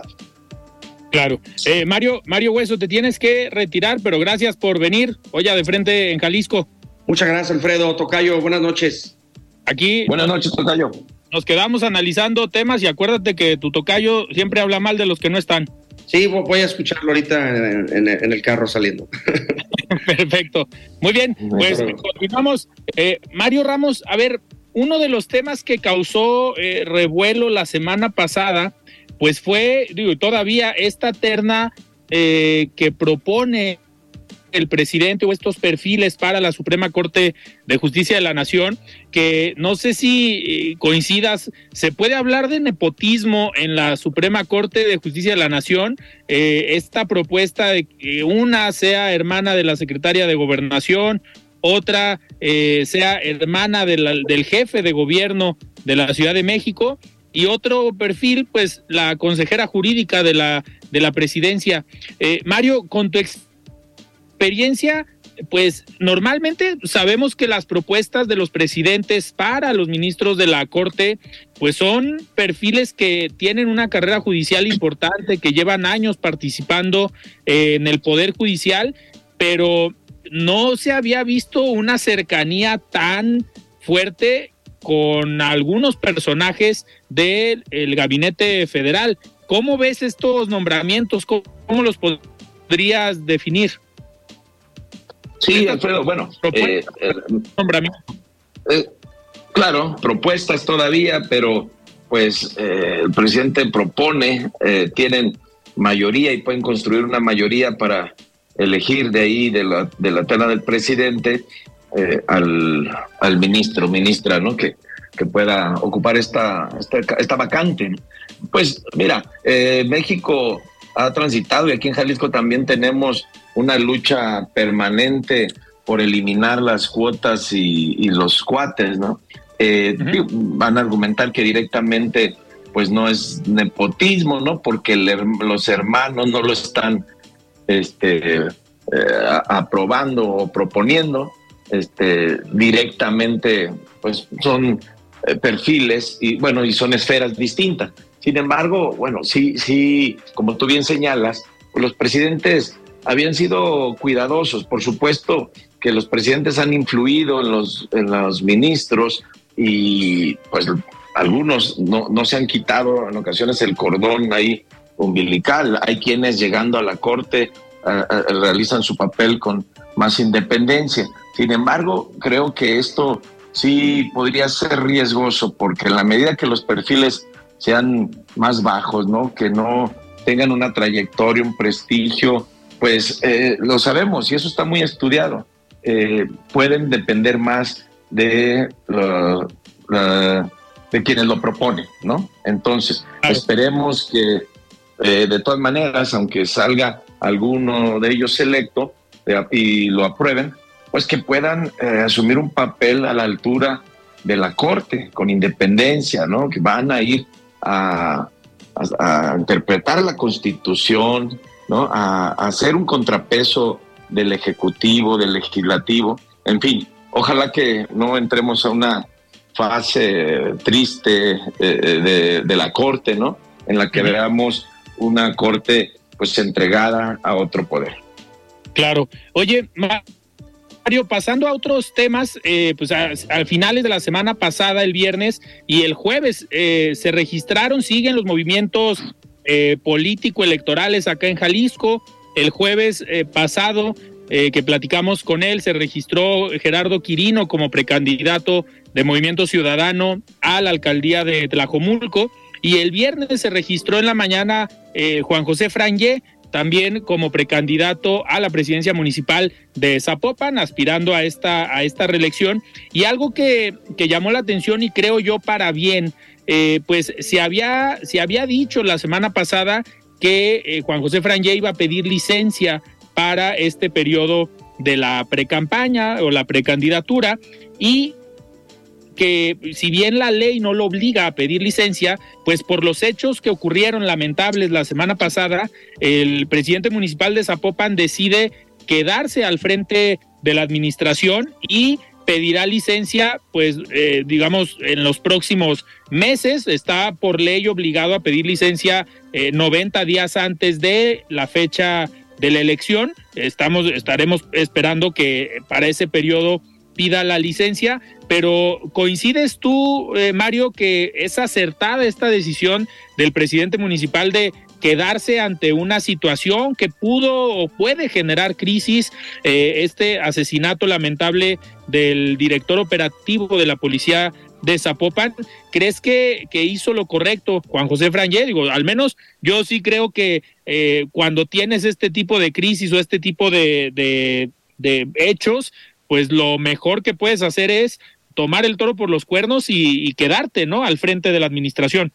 Claro. Eh, Mario, Mario Hueso, te tienes que retirar, pero gracias por venir hoy a De Frente en Jalisco. Muchas gracias, Alfredo. Tocayo, buenas noches. Aquí. Buenas noches, Tocayo. Nos quedamos analizando temas y acuérdate que tu tocayo siempre habla mal de los que no están. Sí, voy a escucharlo ahorita en, en, en el carro saliendo. Perfecto. Muy bien, pues continuamos. Eh, Mario Ramos, a ver, uno de los temas que causó eh, revuelo la semana pasada, pues fue, digo, todavía esta terna eh, que propone el presidente, o estos perfiles para la Suprema Corte de Justicia de la Nación, que no sé si eh, coincidas, ¿se puede hablar de nepotismo en la Suprema Corte de Justicia de la Nación? Eh, esta propuesta de que una sea hermana de la secretaria de Gobernación, otra eh, sea hermana de la, del jefe de gobierno de la Ciudad de México, y otro perfil, pues la consejera jurídica de la, de la presidencia. Eh, Mario, con tu ex experiencia, pues normalmente sabemos que las propuestas de los presidentes para los ministros de la Corte, pues son perfiles que tienen una carrera judicial importante, que llevan años participando eh, en el Poder Judicial, pero no se había visto una cercanía tan fuerte con algunos personajes del el gabinete federal. ¿Cómo ves estos nombramientos? ¿Cómo, cómo los podrías definir? Sí, Alfredo, bueno, eh, eh, eh, claro, propuestas todavía, pero pues eh, el presidente propone, eh, tienen mayoría y pueden construir una mayoría para elegir de ahí, de la, de la terna del presidente, eh, al, al ministro, ministra, ¿no? Que, que pueda ocupar esta, esta, esta vacante. Pues mira, eh, México ha transitado, y aquí en Jalisco también tenemos una lucha permanente por eliminar las cuotas y, y los cuates, ¿no? Eh, uh-huh. Van a argumentar que directamente pues no es nepotismo, ¿no? Porque el, los hermanos no lo están este, eh, aprobando o proponiendo, este, directamente, pues son eh, perfiles y bueno, y son esferas distintas. Sin embargo, bueno, sí, sí, como tú bien señalas, los presidentes habían sido cuidadosos. Por supuesto, que los presidentes han influido en los, en los ministros y pues algunos no, no se han quitado en ocasiones el cordón ahí umbilical. Hay quienes llegando a la corte a, a, realizan su papel con más independencia. Sin embargo, creo que esto sí podría ser riesgoso, porque en la medida que los perfiles sean más bajos, ¿no? Que no tengan una trayectoria, un prestigio, pues eh, lo sabemos y eso está muy estudiado. Eh, pueden depender más de, uh, uh, de quienes lo proponen, ¿no? Entonces, claro, esperemos que eh, de todas maneras, aunque salga alguno de ellos electo eh, y lo aprueben, pues que puedan eh, asumir un papel a la altura de la Corte, con independencia, ¿no? Que van a ir a, a, a interpretar la Constitución, ¿no? A, a hacer un contrapeso del Ejecutivo, del Legislativo, en fin, ojalá que no entremos a una fase triste eh, de, de la Corte, ¿no? En la que veamos una Corte pues entregada a otro poder. Claro. Oye, Mario, pasando a otros temas, eh, pues a, a finales de la semana pasada, el viernes y el jueves, eh, se registraron, siguen los movimientos eh, político-electorales acá en Jalisco. El jueves eh, pasado, eh, que platicamos con él, se registró Gerardo Quirino como precandidato de Movimiento Ciudadano a la alcaldía de Tlajomulco, y el viernes se registró en la mañana eh, Juan José Frangé, también como precandidato a la presidencia municipal de Zapopan, aspirando a esta, a esta reelección. Y algo que, que llamó la atención, y creo yo para bien, eh, pues se había, se había dicho la semana pasada que eh, Juan José Frangé iba a pedir licencia para este periodo de la precampaña o la precandidatura, y que si bien la ley no lo obliga a pedir licencia, pues por los hechos que ocurrieron lamentables la semana pasada, el presidente municipal de Zapopan decide quedarse al frente de la administración y pedirá licencia, pues eh, digamos, en los próximos meses. Está por ley obligado a pedir licencia eh, noventa días antes de la fecha de la elección. Estamos, estaremos esperando que para ese periodo pida la licencia, pero ¿coincides tú, eh, Mario, que es acertada esta decisión del presidente municipal de quedarse ante una situación que pudo o puede generar crisis, eh, este asesinato lamentable del director operativo de la policía de Zapopan? ¿Crees que, que hizo lo correcto Juan José Frangé? Digo, al menos yo sí creo que eh, cuando tienes este tipo de crisis o este tipo de, de, de hechos, pues lo mejor que puedes hacer es tomar el toro por los cuernos y, y quedarte, ¿no?, al frente de la administración.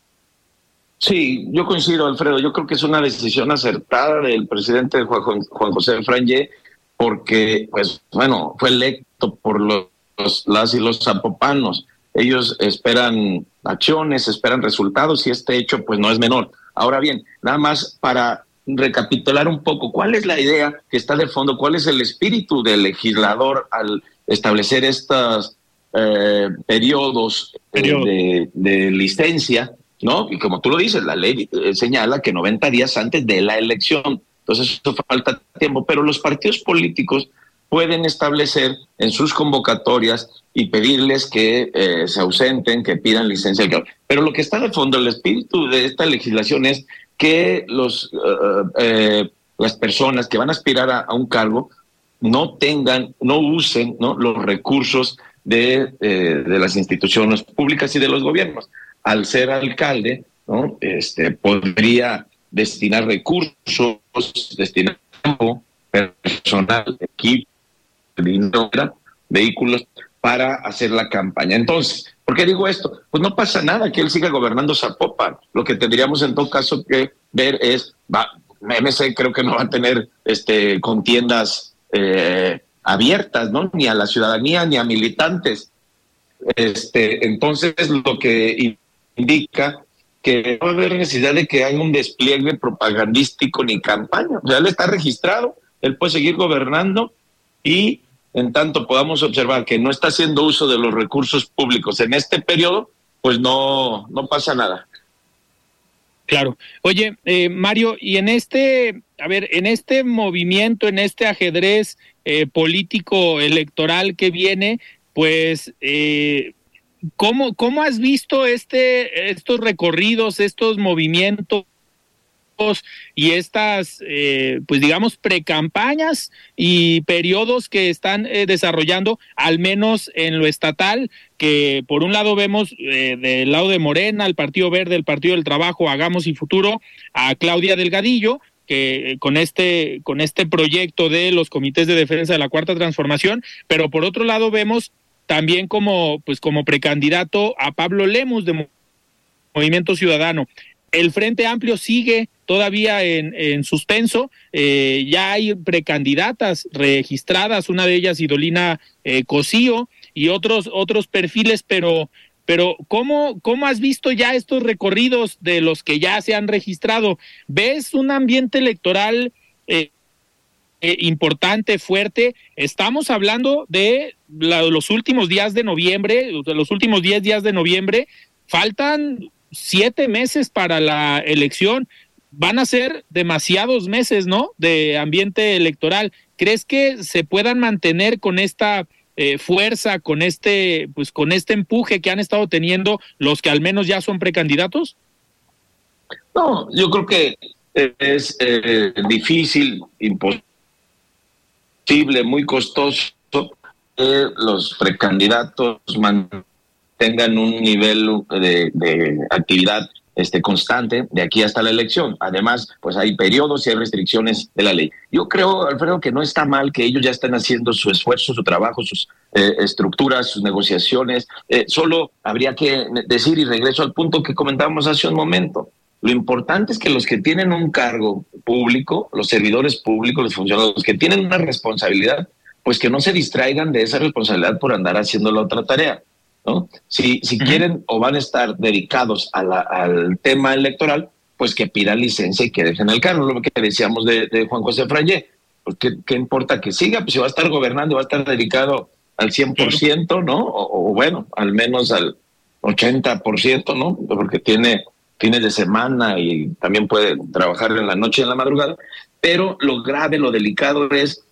Sí, yo coincido, Alfredo. Yo creo que es una decisión acertada del presidente Juan, Juan José Frangé, porque, pues, bueno, fue electo por los, los las y los zapopanos. Ellos esperan acciones, esperan resultados, y este hecho, pues, no es menor. Ahora bien, nada más para recapitular un poco, ¿cuál es la idea que está de fondo? ¿Cuál es el espíritu del legislador al establecer estos eh, periodos Periodo. de, de licencia, ¿no? Y como tú lo dices, la ley eh, señala que noventa días antes de la elección. Entonces, eso falta tiempo, pero los partidos políticos pueden establecer en sus convocatorias y pedirles que eh, se ausenten, que pidan licencia. Pero lo que está de fondo, el espíritu de esta legislación es que los, uh, eh, las personas que van a aspirar a, a un cargo no tengan, no usen, ¿no?, los recursos de, eh, de las instituciones públicas y de los gobiernos. Al ser alcalde, ¿no?, este, podría destinar recursos, destinar tiempo, personal, equipo, dinero, vehículos para hacer la campaña. Entonces, ¿por qué digo esto? Pues no pasa nada que él siga gobernando Zapopan. Lo que tendríamos en todo caso que ver es, va, M C creo que no va a tener este, contiendas eh, abiertas, ¿no?, ni a la ciudadanía ni a militantes. Este, entonces, lo que indica que no va a haber necesidad de que haya un despliegue propagandístico ni campaña. O sea, él está registrado, él puede seguir gobernando, y en tanto podamos observar que no está haciendo uso de los recursos públicos en este periodo, pues no, no pasa nada. Claro. Oye, eh, Mario, y en este, a ver, en este movimiento, en este ajedrez eh, político electoral que viene, pues, eh, ¿cómo, cómo has visto este, estos recorridos, estos movimientos y estas, eh, pues digamos, precampañas y periodos que están eh, desarrollando, al menos en lo estatal, que por un lado vemos eh, del lado de Morena, el Partido Verde, el Partido del Trabajo, Hagamos y Futuro, a Claudia Delgadillo, que con este, con este proyecto de los comités de defensa de la Cuarta Transformación, pero por otro lado vemos también como, pues como precandidato a Pablo Lemus de Movimiento Ciudadano. El Frente Amplio sigue todavía en, en suspenso, eh, ya hay precandidatas registradas, una de ellas Idolina eh, Cosío y otros otros perfiles, pero pero ¿cómo, ¿cómo has visto ya estos recorridos de los que ya se han registrado? ¿Ves un ambiente electoral eh, eh, importante, fuerte? Estamos hablando de la, los últimos días de noviembre, de los últimos diez días de noviembre, faltan siete meses para la elección, van a ser demasiados meses, ¿no?, de ambiente electoral. ¿Crees que se puedan mantener con esta eh, fuerza, con este, pues con este empuje que han estado teniendo los que al menos ya son precandidatos? No, yo creo que es eh, difícil, imposible, muy costoso que los precandidatos mantengan un nivel de, de actividad este constante de aquí hasta la elección. Además, pues hay periodos y hay restricciones de la ley. Yo creo, Alfredo, que no está mal que ellos ya estén haciendo su esfuerzo, su trabajo, sus eh, estructuras, sus negociaciones. Eh, solo habría que decir, y regreso al punto que comentábamos hace un momento, lo importante es que los que tienen un cargo público, los servidores públicos, los funcionarios, los que tienen una responsabilidad, pues que no se distraigan de esa responsabilidad por andar haciendo la otra tarea, ¿no? Si, si uh-huh. quieren o van a estar dedicados a la, al tema electoral, pues que pidan licencia y que dejen el cargo, lo que decíamos de, de Juan José Frayé. Pues ¿qué, ¿qué importa que siga? Pues si va a estar gobernando, va a estar dedicado al cien por ciento, ¿no? O, o bueno, al menos al ochenta por ciento, ¿no? Porque tiene fines de semana y también puede trabajar en la noche y en la madrugada. Pero lo grave, lo delicado es,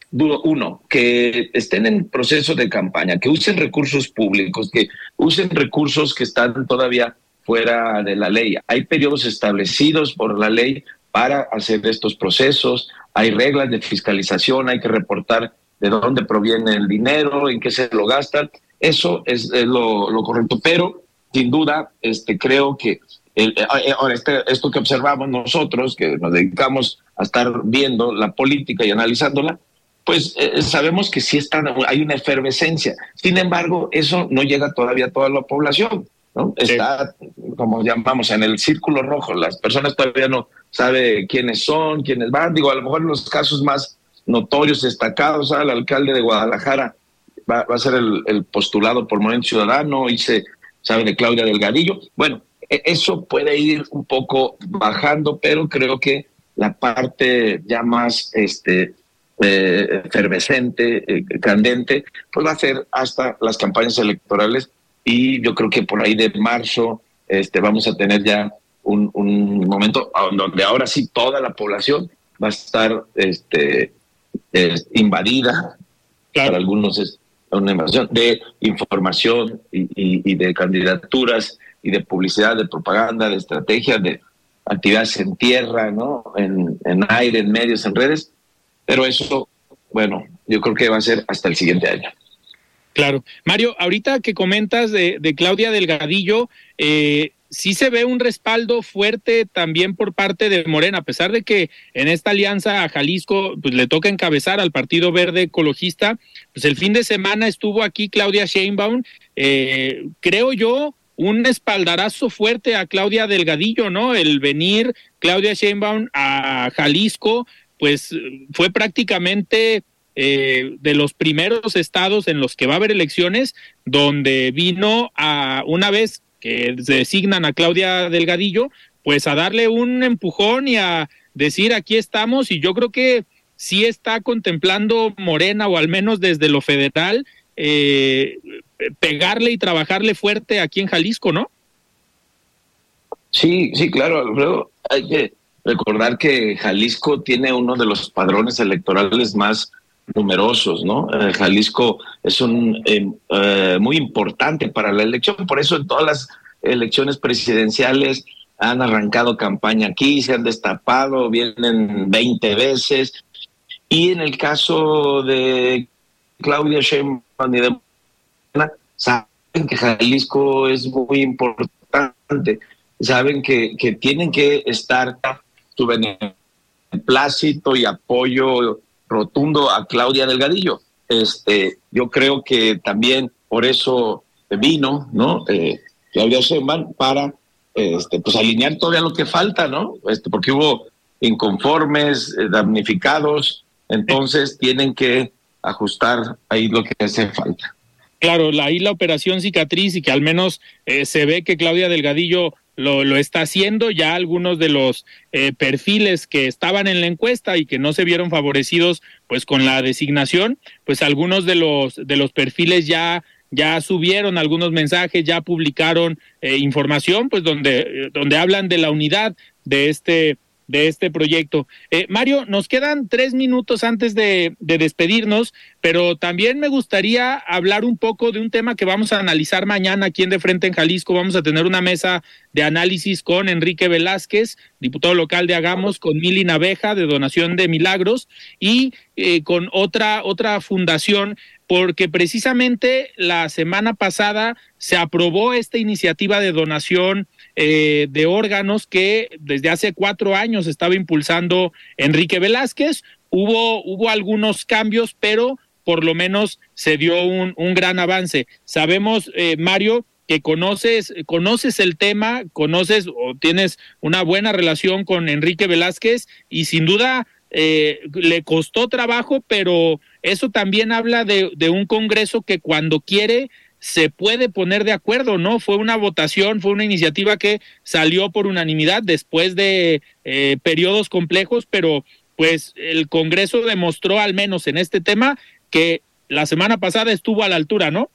uno, que estén en proceso de campaña, que usen recursos públicos, que usen recursos que están todavía fuera de la ley. Hay periodos establecidos por la ley para hacer estos procesos, hay reglas de fiscalización, hay que reportar de dónde proviene el dinero, en qué se lo gastan. Eso es, es lo, lo correcto, pero sin duda este, creo que el, ahora este, esto que observamos nosotros, que nos dedicamos a estar viendo la política y analizándola, pues eh, sabemos que sí está, hay una efervescencia. Sin embargo, eso no llega todavía a toda la población, ¿no? Sí. Está, como llamamos, en el círculo rojo. Las personas todavía no saben quiénes son, quiénes van. Digo, a lo mejor en los casos más notorios, destacados, ¿sabes? El alcalde de Guadalajara va, va a ser el, el postulado por Movimiento Ciudadano, y se sabe de Claudia Delgadillo. Bueno, eso puede ir un poco bajando, pero creo que la parte ya más este Eh, efervescente, eh, candente, pues va a ser hasta las campañas electorales, y yo creo que por ahí de marzo este, vamos a tener ya un, un momento donde ahora sí toda la población va a estar este, eh, invadida, claro. Para algunos es una invasión de información y, y, y de candidaturas y de publicidad, de propaganda, de estrategia, de actividades en tierra, ¿no? en, en aire, en medios, en redes. Pero eso, bueno, yo creo que va a ser hasta el siguiente año. Claro. Mario, ahorita que comentas de, de Claudia Delgadillo, eh, sí se ve un respaldo fuerte también por parte de Morena, a pesar de que en esta alianza a Jalisco pues le toca encabezar al Partido Verde Ecologista. Pues el fin de semana estuvo aquí Claudia Sheinbaum, eh, creo yo, un espaldarazo fuerte a Claudia Delgadillo, ¿no? El venir Claudia Sheinbaum a Jalisco, pues fue prácticamente eh, de los primeros estados en los que va a haber elecciones, donde vino a, una vez que designan a Claudia Delgadillo, pues a darle un empujón y a decir aquí estamos, y yo creo que sí está contemplando Morena, o al menos desde lo federal, eh, pegarle y trabajarle fuerte aquí en Jalisco, ¿no? Sí, sí, claro, Alfredo, hay que recordar que Jalisco tiene uno de los padrones electorales más numerosos, ¿no? Eh, Jalisco es un eh, eh, muy importante para la elección, por eso en todas las elecciones presidenciales han arrancado campaña aquí, se han destapado, vienen veinte veces, y en el caso de Claudia Sheinbaum y de Morena, saben que Jalisco es muy importante, saben que, que tienen que estar su beneplácito y apoyo rotundo a Claudia Delgadillo. Este, yo creo que también por eso vino, ¿no? Eh, Claudia Sheinbaum para este, pues alinear todavía lo que falta, ¿no? Este, porque hubo inconformes, eh, damnificados, entonces tienen que ajustar ahí lo que hace falta. Claro, la, ahí la operación cicatriz y que al menos eh, se ve que Claudia Delgadillo lo, lo está haciendo. Ya algunos de los eh, perfiles que estaban en la encuesta y que no se vieron favorecidos pues con la designación, pues algunos de los de los perfiles ya ya subieron algunos mensajes, ya publicaron eh, información pues donde eh, donde hablan de la unidad de este de este proyecto. Eh, Mario, nos quedan tres minutos antes de, de despedirnos, pero también me gustaría hablar un poco de un tema que vamos a analizar mañana aquí en De Frente en Jalisco. Vamos a tener una mesa de análisis con Enrique Velázquez, diputado local de Hagamos, con Mili Naveja, de Donación de Milagros, y eh, con otra, otra fundación, porque precisamente la semana pasada se aprobó esta iniciativa de donación eh, de órganos que desde hace cuatro años estaba impulsando Enrique Velázquez. Hubo, hubo algunos cambios, pero por lo menos se dio un, un gran avance. Sabemos, eh, Mario, que conoces, conoces el tema, conoces o tienes una buena relación con Enrique Velázquez y sin duda eh, le costó trabajo, pero eso también habla de, de un Congreso que cuando quiere se puede poner de acuerdo, ¿no? Fue una votación, fue una iniciativa que salió por unanimidad después de eh, periodos complejos, pero pues el Congreso demostró, al menos en este tema, que la semana pasada estuvo a la altura, ¿no?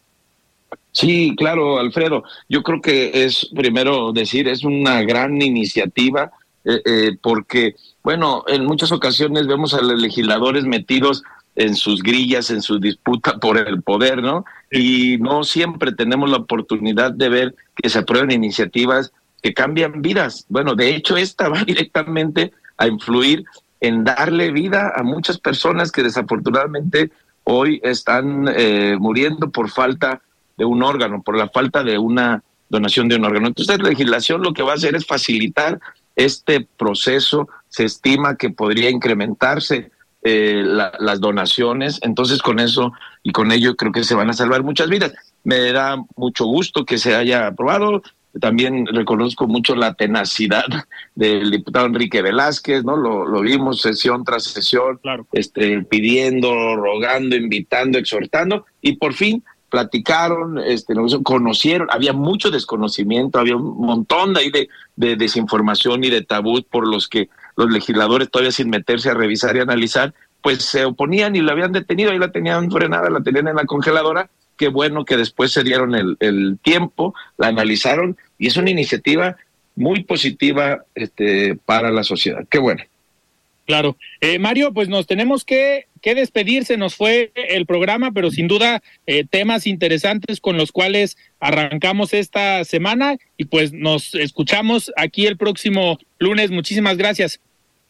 Sí, claro, Alfredo. Yo creo que es, primero decir, es una gran iniciativa, eh, eh, porque, bueno, en muchas ocasiones vemos a los legisladores metidos en sus grillas, en su disputa por el poder, ¿no? Y no siempre tenemos la oportunidad de ver que se aprueben iniciativas que cambian vidas. Bueno, de hecho, esta va directamente a influir en darle vida a muchas personas que desafortunadamente hoy están eh, muriendo por falta de un órgano, por la falta de una donación de un órgano. Entonces, la legislación lo que va a hacer es facilitar este proceso. Se estima que podría incrementarse Eh, la, las donaciones, entonces con eso y con ello creo que se van a salvar muchas vidas. Me da mucho gusto que se haya aprobado. También reconozco mucho la tenacidad del diputado Enrique Velázquez, ¿no? Lo, lo vimos sesión tras sesión, claro. este, pidiendo, rogando, invitando, exhortando, y por fin platicaron, este, conocieron. Había mucho desconocimiento, había un montón de ahí de, de desinformación y de tabús por los que los legisladores, todavía sin meterse a revisar y analizar, pues se oponían y la habían detenido, ahí la tenían frenada, la tenían en la congeladora. Qué bueno que después se dieron el, el tiempo, la analizaron, y es una iniciativa muy positiva este, para la sociedad. Qué bueno. Claro. Eh, Mario, pues nos tenemos que, que despedir, se nos fue el programa, pero sin duda eh, temas interesantes con los cuales arrancamos esta semana, y pues nos escuchamos aquí el próximo lunes. Muchísimas gracias.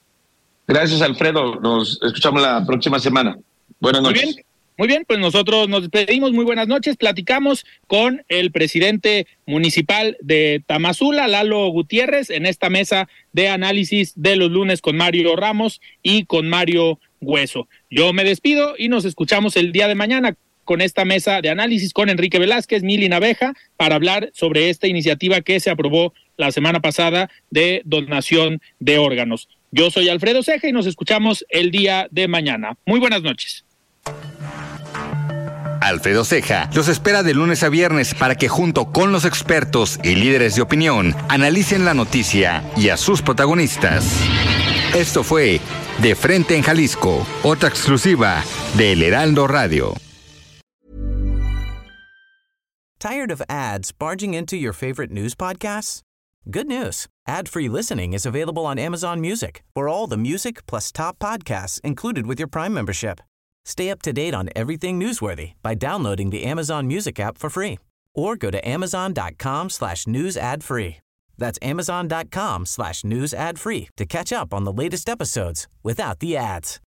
Gracias, Alfredo. Nos escuchamos la próxima semana. Buenas noches. Muy bien. Muy bien, pues nosotros nos despedimos. Muy buenas noches. Platicamos con el presidente municipal de Tamazula, Lalo Gutiérrez, en esta mesa de análisis de los lunes con Mario Ramos y con Mario Hueso. Yo me despido y nos escuchamos el día de mañana con esta mesa de análisis con Enrique Velázquez, Mili Naveja, para hablar sobre esta iniciativa que se aprobó la semana pasada de donación de órganos. Yo soy Alfredo Ceja y nos escuchamos el día de mañana. Muy buenas noches. Alfredo Ceja los espera de lunes a viernes para que junto con los expertos y líderes de opinión analicen la noticia y a sus protagonistas. Esto fue De Frente en Jalisco, otra exclusiva de El Heraldo Radio. Tired of ads barging into your favorite news podcasts? Good news. Ad-free listening is available on Amazon Music for all the music plus top podcasts included with your Prime membership. Stay up to date on everything newsworthy by downloading the Amazon Music app for free or go to amazon.com slash news ad free. That's amazon.com slash news ad free to catch up on the latest episodes without the ads.